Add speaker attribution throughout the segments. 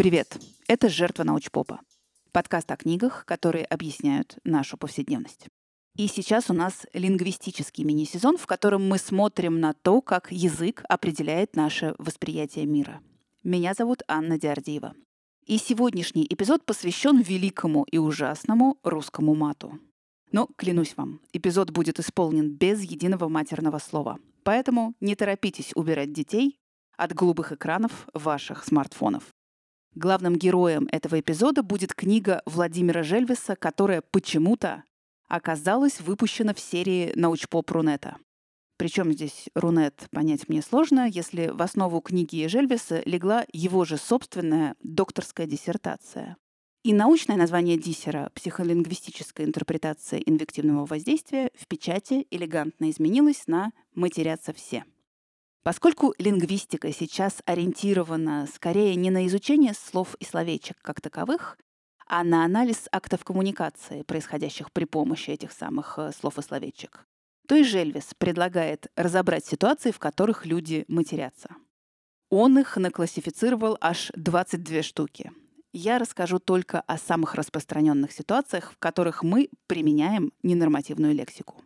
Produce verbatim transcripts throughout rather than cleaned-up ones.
Speaker 1: Привет! Это «Жертва научпопа» — подкаст о книгах, которые объясняют нашу повседневность. И сейчас у нас лингвистический мини-сезон, в котором мы смотрим на то, как язык определяет наше восприятие мира. Меня зовут Анна Диардиева. И сегодняшний эпизод посвящен великому и ужасному русскому мату. Но, клянусь вам, эпизод будет исполнен без единого матерного слова. Поэтому не торопитесь убирать детей от голубых экранов ваших смартфонов. Главным героем этого эпизода будет книга Владимира Жельвеса, которая почему-то оказалась выпущена в серии «Научпоп Рунета». Причем здесь Рунет понять мне сложно, если в основу книги Жельвеса легла его же собственная докторская диссертация. И научное название диссера «Психолингвистическая интерпретация инвективного воздействия» в печати элегантно изменилось на «Матерятся все». Поскольку лингвистика сейчас ориентирована скорее не на изучение слов и словечек как таковых, а на анализ актов коммуникации, происходящих при помощи этих самых слов и словечек, то и Жельвес предлагает разобрать ситуации, в которых люди матерятся. Он их наклассифицировал аж двадцать две штуки. Я расскажу только о самых распространенных ситуациях, в которых мы применяем ненормативную лексику.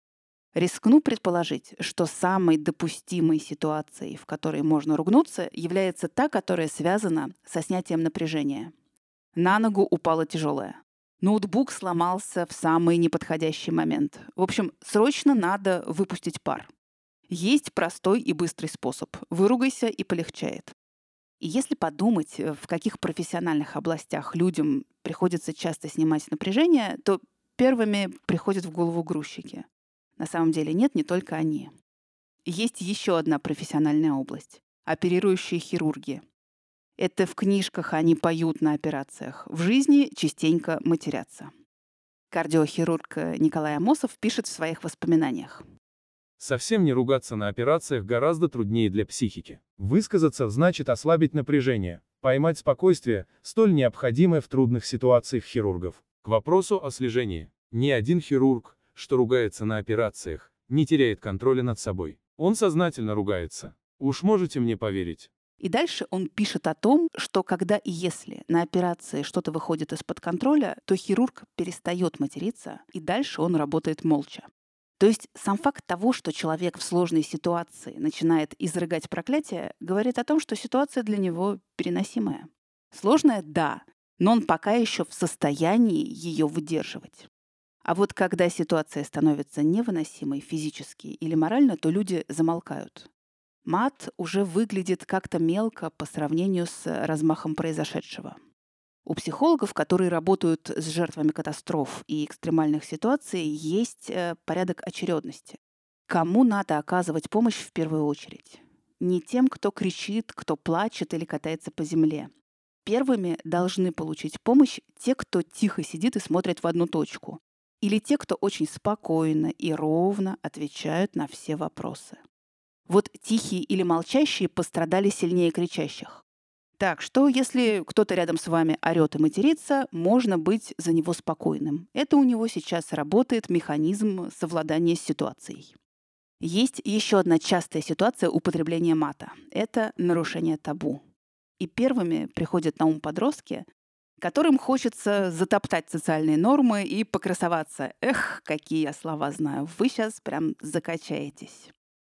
Speaker 1: Рискну предположить, что самой допустимой ситуацией, в которой можно ругнуться, является та, которая связана со снятием напряжения. На ногу упала тяжелая. Ноутбук сломался в самый неподходящий момент. В общем, срочно надо выпустить пар. Есть простой и быстрый способ. Выругайся, и полегчает. И если подумать, в каких профессиональных областях людям приходится часто снимать напряжение, то первыми приходят в голову грузчики. На самом деле нет, не только они. Есть еще одна профессиональная область – оперирующие хирурги. Это в книжках они поют на операциях, в жизни частенько матерятся. Кардиохирург Николай Амосов пишет в своих воспоминаниях.
Speaker 2: Совсем не ругаться на операциях гораздо труднее для психики. Высказаться значит ослабить напряжение, поймать спокойствие, столь необходимое в трудных ситуациях хирургов. К вопросу о слежении. Ни один хирург, что ругается на операциях, не теряет контроля над собой. Он сознательно ругается. Уж можете мне поверить.
Speaker 1: И дальше он пишет о том, что когда и если на операции что-то выходит из-под контроля, то хирург перестает материться, и дальше он работает молча. То есть сам факт того, что человек в сложной ситуации начинает изрыгать проклятие, говорит о том, что ситуация для него переносимая. Сложная – да, но он пока еще в состоянии ее выдерживать. А вот когда ситуация становится невыносимой физически или морально, то люди замолкают. Мат уже выглядит как-то мелко по сравнению с размахом произошедшего. У психологов, которые работают с жертвами катастроф и экстремальных ситуаций, есть порядок очередности. Кому надо оказывать помощь в первую очередь? Не тем, кто кричит, кто плачет или катается по земле. Первыми должны получить помощь те, кто тихо сидит и смотрит в одну точку. Или те, кто очень спокойно и ровно отвечают на все вопросы. Вот тихие или молчащие пострадали сильнее кричащих. Так что, если кто-то рядом с вами орёт и матерится, можно быть за него спокойным. Это у него сейчас работает механизм совладания с ситуацией. Есть еще одна частая ситуация употребления мата. Это нарушение табу. И первыми приходят на ум подростки, которым хочется затоптать социальные нормы и покрасоваться. Эх, какие я слова знаю. Вы сейчас прям закачаетесь.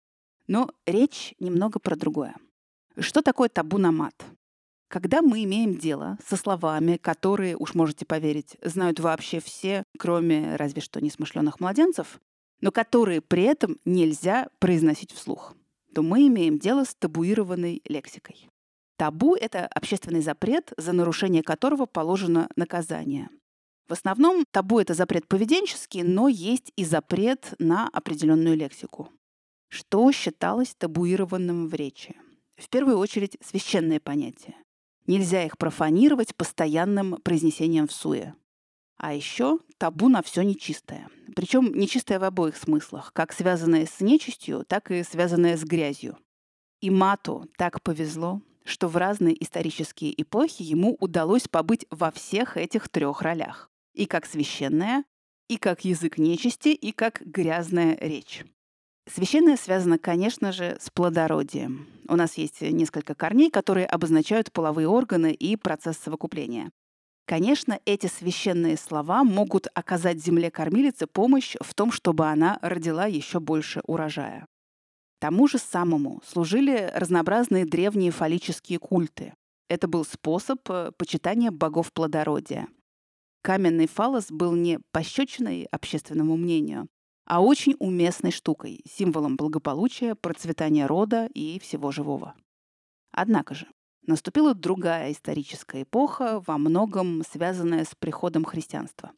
Speaker 1: Но речь немного про другое. Что такое табу на мат? Когда мы имеем дело со словами, которые, уж можете поверить, знают вообще все, кроме разве что несмышленых младенцев, но которые при этом нельзя произносить вслух, то мы имеем дело с табуированной лексикой. Табу — это общественный запрет, за нарушение которого положено наказание. В основном табу — это запрет поведенческий, но есть и запрет на определенную лексику. Что считалось табуированным в речи? В первую очередь священные понятия. Нельзя их профанировать постоянным произнесением всуе. А еще табу на все нечистое. Причем нечистое в обоих смыслах, как связанное с нечистью, так и связанное с грязью. И мату так повезло, что в разные исторические эпохи ему удалось побыть во всех этих трех ролях. И как священная, и как язык нечисти, и как грязная речь. Священное связано, конечно же, с плодородием. У нас есть несколько корней, которые обозначают половые органы и процесс совокупления. Конечно, эти священные слова могут оказать земле-кормилице помощь в том, чтобы она родила еще больше урожая. Тому же самому служили разнообразные древние фаллические культы. Это был способ э, почитания богов плодородия. Каменный фаллос был не пощечиной общественному мнению, а очень уместной штукой, символом благополучия, процветания рода и всего живого. Однако же, наступила другая историческая эпоха, во многом связанная с приходом христианства.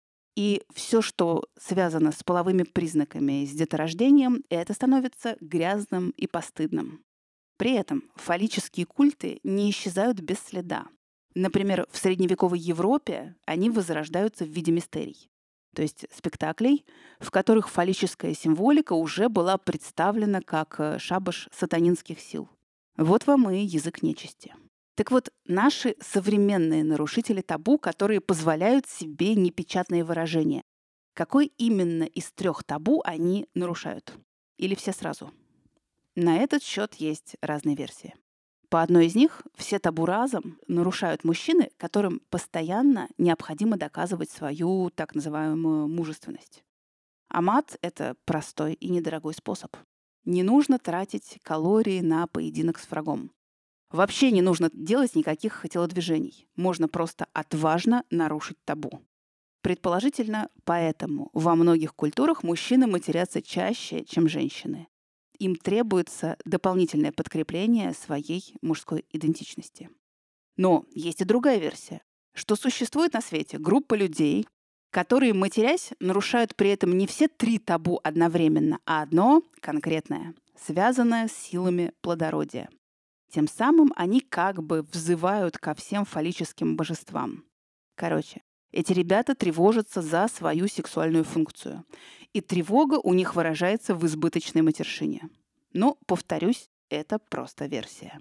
Speaker 1: И все, что связано с половыми признаками и с деторождением, это становится грязным и постыдным. При этом фаллические культы не исчезают без следа. Например, в средневековой Европе они возрождаются в виде мистерий, то есть спектаклей, в которых фаллическая символика уже была представлена как шабаш сатанинских сил. Вот вам и язык нечисти. Так вот, наши современные нарушители табу, которые позволяют себе непечатные выражения, какой именно из трех табу они нарушают? Или все сразу? На этот счет есть разные версии. По одной из них все табу разом нарушают мужчины, которым постоянно необходимо доказывать свою так называемую мужественность. А мат — это простой и недорогой способ. Не нужно тратить калории на поединок с врагом. Вообще не нужно делать никаких телодвижений. Можно просто отважно нарушить табу. Предположительно, поэтому во многих культурах мужчины матерятся чаще, чем женщины. Им требуется дополнительное подкрепление своей мужской идентичности. Но есть и другая версия, что существует на свете группа людей, которые, матерясь, нарушают при этом не все три табу одновременно, а одно конкретное, связанное с силами плодородия. Тем самым они как бы взывают ко всем фаллическим божествам. Короче, эти ребята тревожатся за свою сексуальную функцию. И тревога у них выражается в избыточной матершине. Но, повторюсь, это просто версия.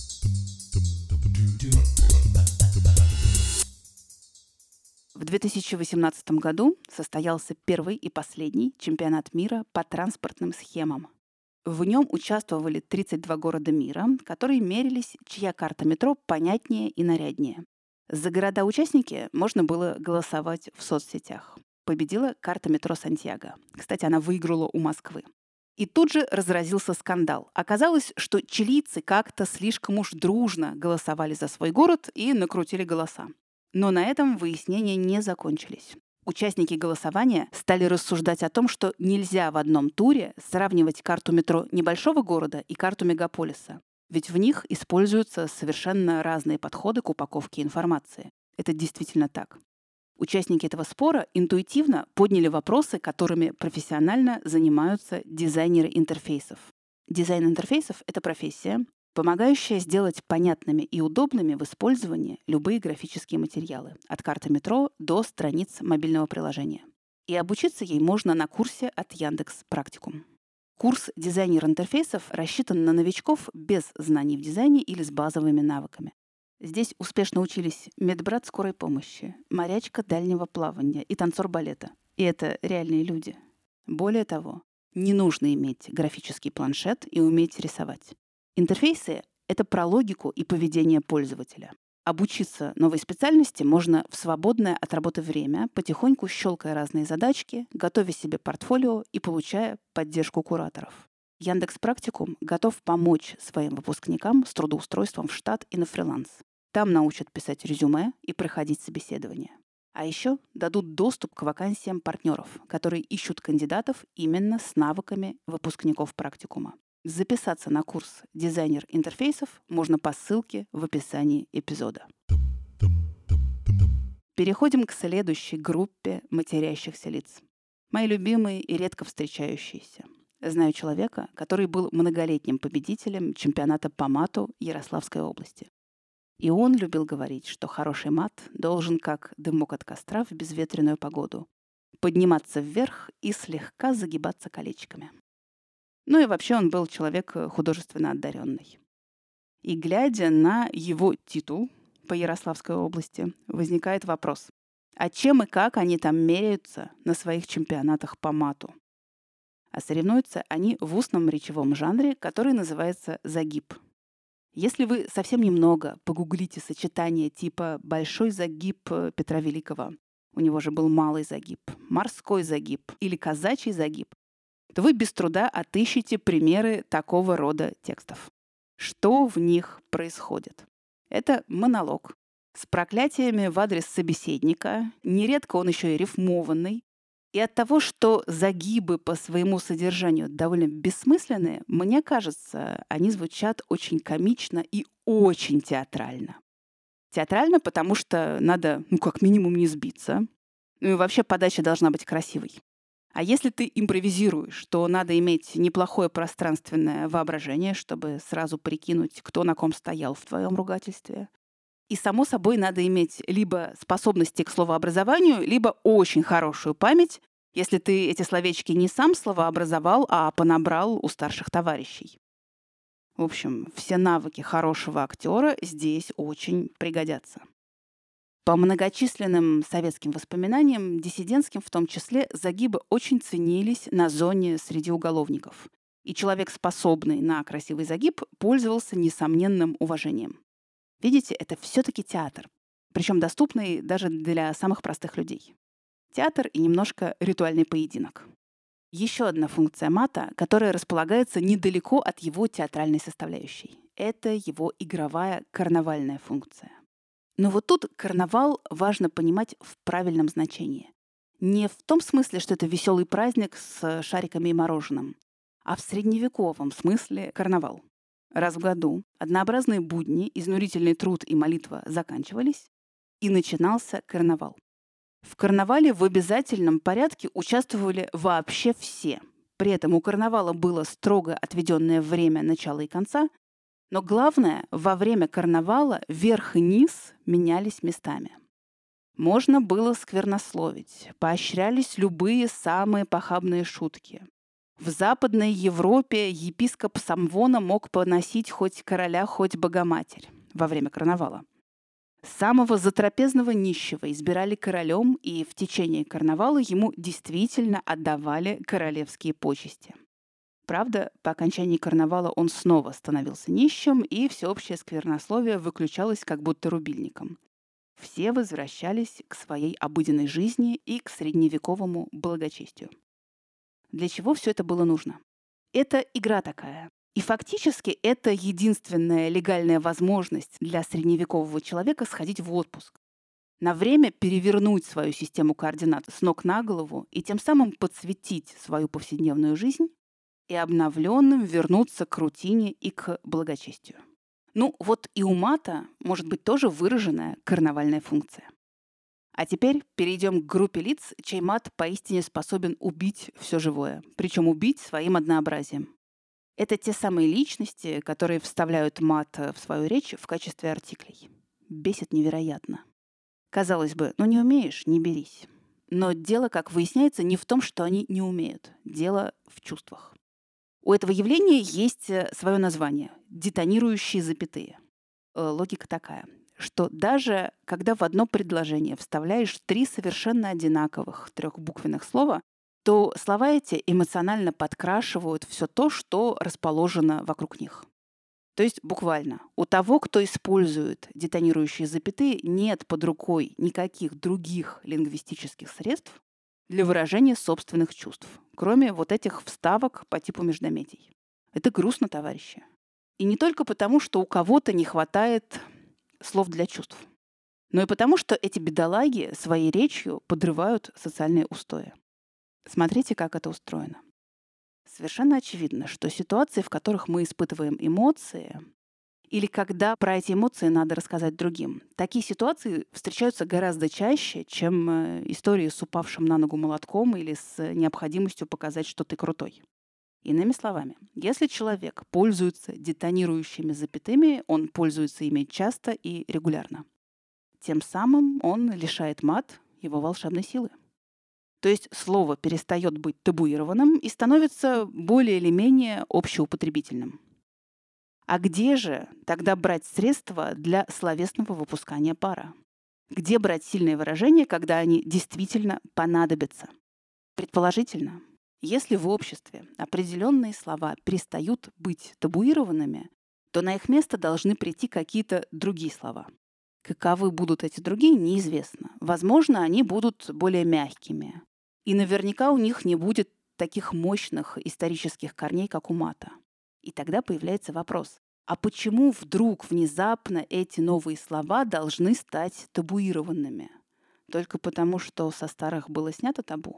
Speaker 1: В две тысячи восемнадцатом году состоялся первый и последний чемпионат мира по транспортным схемам. В нем участвовали тридцать два города мира, которые мерились, чья карта метро понятнее и наряднее. За города-участники можно было голосовать в соцсетях. Победила карта метро Сантьяго. Кстати, она выиграла у Москвы. И тут же разразился скандал. Оказалось, что чилийцы как-то слишком уж дружно голосовали за свой город и накрутили голоса. Но на этом выяснения не закончились. Участники голосования стали рассуждать о том, что нельзя в одном туре сравнивать карту метро небольшого города и карту мегаполиса. Ведь в них используются совершенно разные подходы к упаковке информации. Это действительно так. Участники этого спора интуитивно подняли вопросы, которыми профессионально занимаются дизайнеры интерфейсов. Дизайн интерфейсов — это профессия, помогающая сделать понятными и удобными в использовании любые графические материалы, от карты метро до страниц мобильного приложения. И обучиться ей можно на курсе от Яндекс.Практикум. Курс «Дизайнер интерфейсов» рассчитан на новичков без знаний в дизайне или с базовыми навыками. Здесь успешно учились медбрат скорой помощи, морячка дальнего плавания и танцор балета. И это реальные люди. Более того, не нужно иметь графический планшет и уметь рисовать. Интерфейсы — это про логику и поведение пользователя. Обучиться новой специальности можно в свободное от работы время, потихоньку щелкая разные задачки, готовя себе портфолио и получая поддержку кураторов. Яндекс.Практикум готов помочь своим выпускникам с трудоустройством в штат и на фриланс. Там научат писать резюме и проходить собеседование. А еще дадут доступ к вакансиям партнеров, которые ищут кандидатов именно с навыками выпускников практикума. Записаться на курс «Дизайнер интерфейсов» можно по ссылке в описании эпизода. Переходим к следующей группе матерящихся лиц. Мои любимые и редко встречающиеся. Знаю человека, который был многолетним победителем чемпионата по мату Ярославской области. И он любил говорить, что хороший мат должен, как дымок от костра в безветренную погоду, подниматься вверх и слегка загибаться колечками. Ну и вообще он был человек художественно одаренный. И глядя на его титул по Ярославской области, возникает вопрос, а чем и как они там меряются на своих чемпионатах по мату? а соревнуются они в устном речевом жанре, который называется загиб. Если вы совсем немного погуглите сочетание типа «большой загиб Петра Великого», у него же был малый загиб, морской загиб или казачий загиб, то вы без труда отыщете примеры такого рода текстов. Что в них происходит? Это монолог с проклятиями в адрес собеседника, нередко он еще и рифмованный. И от того, что загибы по своему содержанию довольно бессмысленные, мне кажется, они звучат очень комично и очень театрально. Театрально, потому что надо, ну, как минимум, не сбиться. Ну и вообще подача должна быть красивой. А если ты импровизируешь, то надо иметь неплохое пространственное воображение, чтобы сразу прикинуть, кто на ком стоял в твоем ругательстве. И, само собой, надо иметь либо способности к словообразованию, либо очень хорошую память, если ты эти словечки не сам словообразовал, а понабрал у старших товарищей. В общем, все навыки хорошего актера здесь очень пригодятся. По многочисленным советским воспоминаниям, диссидентским в том числе, загибы очень ценились на зоне среди уголовников. И человек, способный на красивый загиб, пользовался несомненным уважением. Видите, это все-таки театр, причем доступный даже для самых простых людей. Театр и немножко ритуальный поединок. Еще одна функция мата, которая располагается недалеко от его театральной составляющей. Это его игровая карнавальная функция. Но вот тут карнавал важно понимать в правильном значении. Не в том смысле, что это веселый праздник с шариками и мороженым, а в средневековом смысле карнавал. Раз в году однообразные будни, изнурительный труд и молитва заканчивались, и начинался карнавал. В карнавале в обязательном порядке участвовали вообще все. При этом у карнавала было строго отведенное время начала и конца, но главное, во время карнавала верх и низ менялись местами. Можно было сквернословить, поощрялись любые самые похабные шутки. В Западной Европе епископ Самвона мог поносить хоть короля, хоть богоматерь во время карнавала. Самого затрапезного нищего избирали королем, и в течение карнавала ему действительно отдавали королевские почести. Правда, по окончании карнавала он снова становился нищим, и всеобщее сквернословие выключалось как будто рубильником. Все возвращались к своей обыденной жизни и к средневековому благочестию. Для чего все это было нужно? Это игра такая. И фактически это единственная легальная возможность для средневекового человека сходить в отпуск. На время перевернуть свою систему координат с ног на голову и тем самым подсветить свою повседневную жизнь и обновленным вернуться к рутине и к благочестию. Ну вот и у мата может быть тоже выраженная карнавальная функция. А теперь перейдем к группе лиц, чей мат поистине способен убить все живое, причем убить своим однообразием. Это те самые личности, которые вставляют мат в свою речь в качестве артиклей. Бесит невероятно. Казалось бы, ну не умеешь — не берись. Но дело, как выясняется, не в том, что они не умеют. Дело в чувствах. У этого явления есть свое название — детонирующие запятые. Логика такая, что даже когда в одно предложение вставляешь три совершенно одинаковых трехбуквенных слова, то слова эти эмоционально подкрашивают все то, что расположено вокруг них. То есть буквально у того, кто использует детонирующие запятые, нет под рукой никаких других лингвистических средств для выражения собственных чувств, кроме вот этих вставок по типу междометий. Это грустно, товарищи. И не только потому, что у кого-то не хватает слов для чувств, но и потому, что эти бедолаги своей речью подрывают социальные устои. Смотрите, как это устроено. Совершенно очевидно, что ситуации, в которых мы испытываем эмоции, или когда про эти эмоции надо рассказать другим, такие ситуации встречаются гораздо чаще, чем истории с упавшим на ногу молотком или с необходимостью показать, что ты крутой. Иными словами, если человек пользуется детонирующими запятыми, он пользуется ими часто и регулярно. Тем самым он лишает мат его волшебной силы. То есть слово перестает быть табуированным и становится более или менее общеупотребительным. А где же тогда брать средства для словесного выпускания пара? Где брать сильные выражения, когда они действительно понадобятся? Предположительно, Если в обществе определенные слова перестают быть табуированными, то на их место должны прийти какие-то другие слова. Каковы будут эти другие, неизвестно. Возможно, они будут более мягкими. И наверняка у них не будет таких мощных исторических корней, как у мата. И тогда появляется вопрос, а почему вдруг внезапно эти новые слова должны стать табуированными? Только потому, что со старых было снято табу?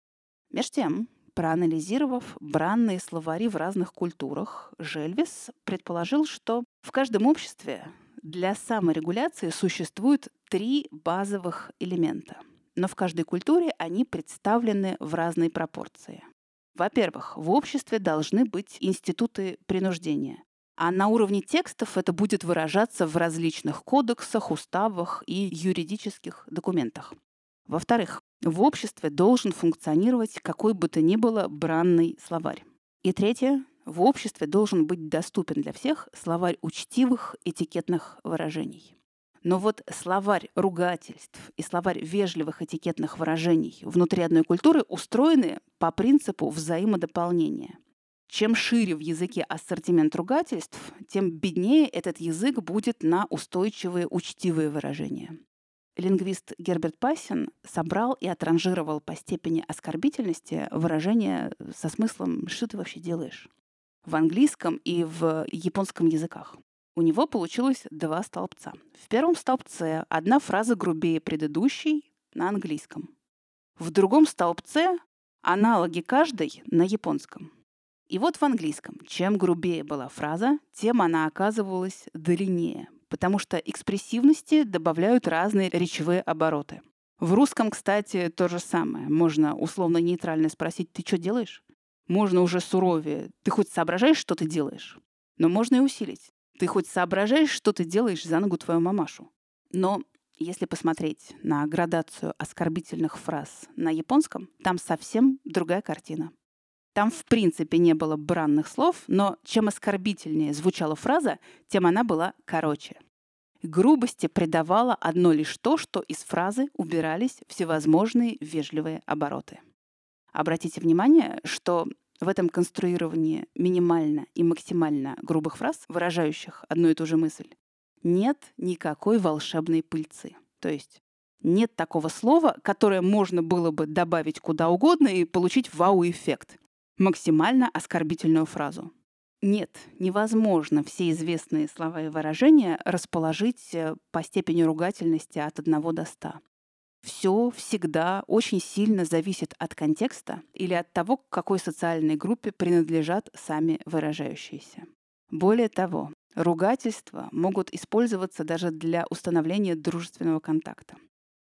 Speaker 1: Меж тем, проанализировав бранные словари в разных культурах, Жельвис предположил, что в каждом обществе для саморегуляции существует три базовых элемента. Но в каждой культуре они представлены в разной пропорции. Во-первых, в обществе должны быть институты принуждения. А на уровне текстов это будет выражаться в различных кодексах, уставах и юридических документах. Во-вторых, в обществе должен функционировать какой бы то ни было бранный словарь. И третье, в обществе должен быть доступен для всех словарь учтивых этикетных выражений. Но вот словарь ругательств и словарь вежливых этикетных выражений внутри одной культуры устроены по принципу взаимодополнения. Чем шире в языке ассортимент ругательств, тем беднее этот язык будет на устойчивые учтивые выражения. Лингвист Герберт Пассин собрал и отранжировал по степени оскорбительности выражения со смыслом «что ты вообще делаешь?» в английском и в японском языках. У него получилось два столбца. В первом столбце одна фраза грубее предыдущей на английском. В другом столбце аналоги каждой на японском. И вот в английском, чем грубее была фраза, тем она оказывалась длиннее, потому что экспрессивности добавляют разные речевые обороты. В русском, кстати, то же самое. Можно условно-нейтрально спросить «ты что делаешь?». Можно уже суровее «ты хоть соображаешь, что ты делаешь?». Но можно и усилить. «Ты хоть соображаешь, что ты делаешь за ногу твою мамашу?». Но если посмотреть на градацию оскорбительных фраз на японском, там совсем другая картина. Там в принципе не было бранных слов, но чем оскорбительнее звучала фраза, тем она была короче. Грубости придавало одно лишь то, что из фразы убирались всевозможные вежливые обороты. Обратите внимание, что в этом конструировании минимально и максимально грубых фраз, выражающих одну и ту же мысль, нет никакой волшебной пыльцы. То есть нет такого слова, которое можно было бы добавить куда угодно и получить вау-эффект. Максимально оскорбительную фразу. Нет, невозможно все известные слова и выражения расположить по степени ругательности от одного до ста. Все всегда очень сильно зависит от контекста или от того, к какой социальной группе принадлежат сами выражающиеся. Более того, ругательства могут использоваться даже для установления дружественного контакта.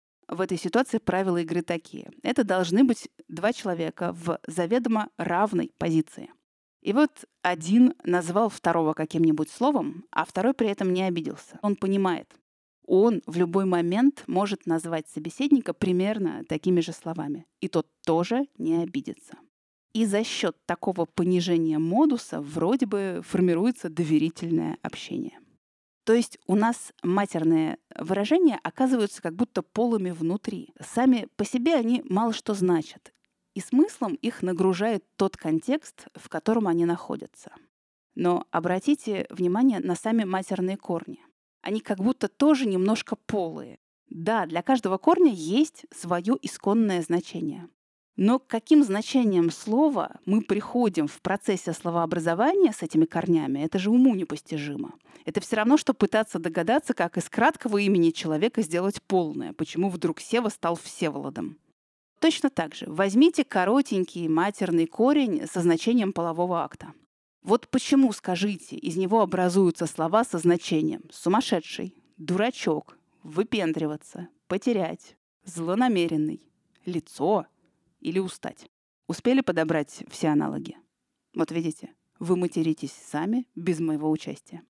Speaker 1: В этой ситуации правила игры такие. Это должны быть два человека в заведомо равной позиции. И вот один назвал второго каким-нибудь словом, а второй при этом не обиделся. Он понимает. Он в любой момент может назвать собеседника примерно такими же словами. И тот тоже не обидится. И за счет такого понижения модуса вроде бы формируется доверительное общение. То есть у нас матерные выражения оказываются как будто полыми внутри. Сами по себе они мало что значат. И смыслом их нагружает тот контекст, в котором они находятся. Но обратите внимание на сами матерные корни. Они как будто тоже немножко полые. Да, для каждого корня есть свое исконное значение. Но к каким значениям слова мы приходим в процессе словообразования с этими корнями, это же уму непостижимо. Это все равно, что пытаться догадаться, как из краткого имени человека сделать полное, почему вдруг Сева стал Всеволодом. Точно так же возьмите коротенький матерный корень со значением полового акта. Вот почему, скажите, из него образуются слова со значением «сумасшедший», «дурачок», «выпендриваться», «потерять», «злонамеренный», «лицо» или «устать». Успели подобрать все аналоги? Вот видите, вы материтесь сами без моего участия.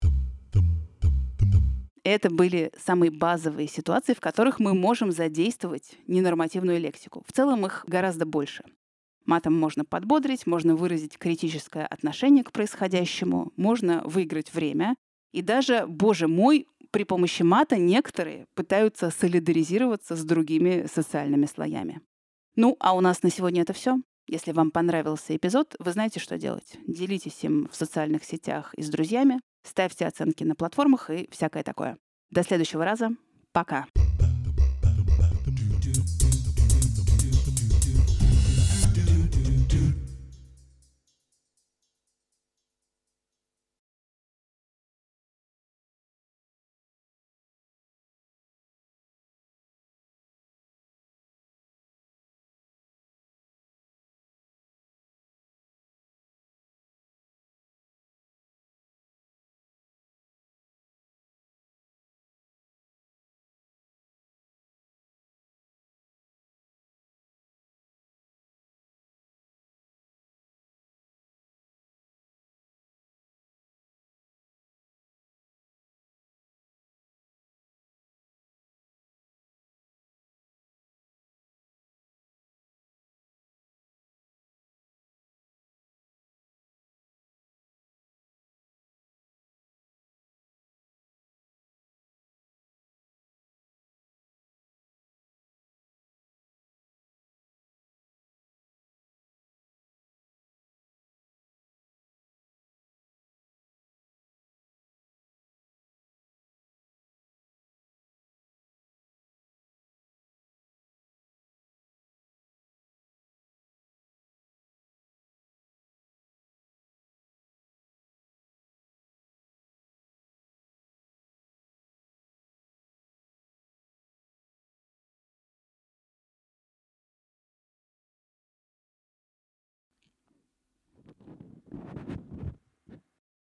Speaker 1: Это были самые базовые ситуации, в которых мы можем задействовать ненормативную лексику. В целом их гораздо больше. Матом можно подбодрить, можно выразить критическое отношение к происходящему, можно выиграть время. И даже, боже мой, при помощи мата некоторые пытаются солидаризироваться с другими социальными слоями. Ну, а у нас на сегодня это все. Если вам понравился эпизод, вы знаете, что делать. Делитесь им в социальных сетях и с друзьями, ставьте оценки на платформах и всякое такое. До следующего раза. Пока.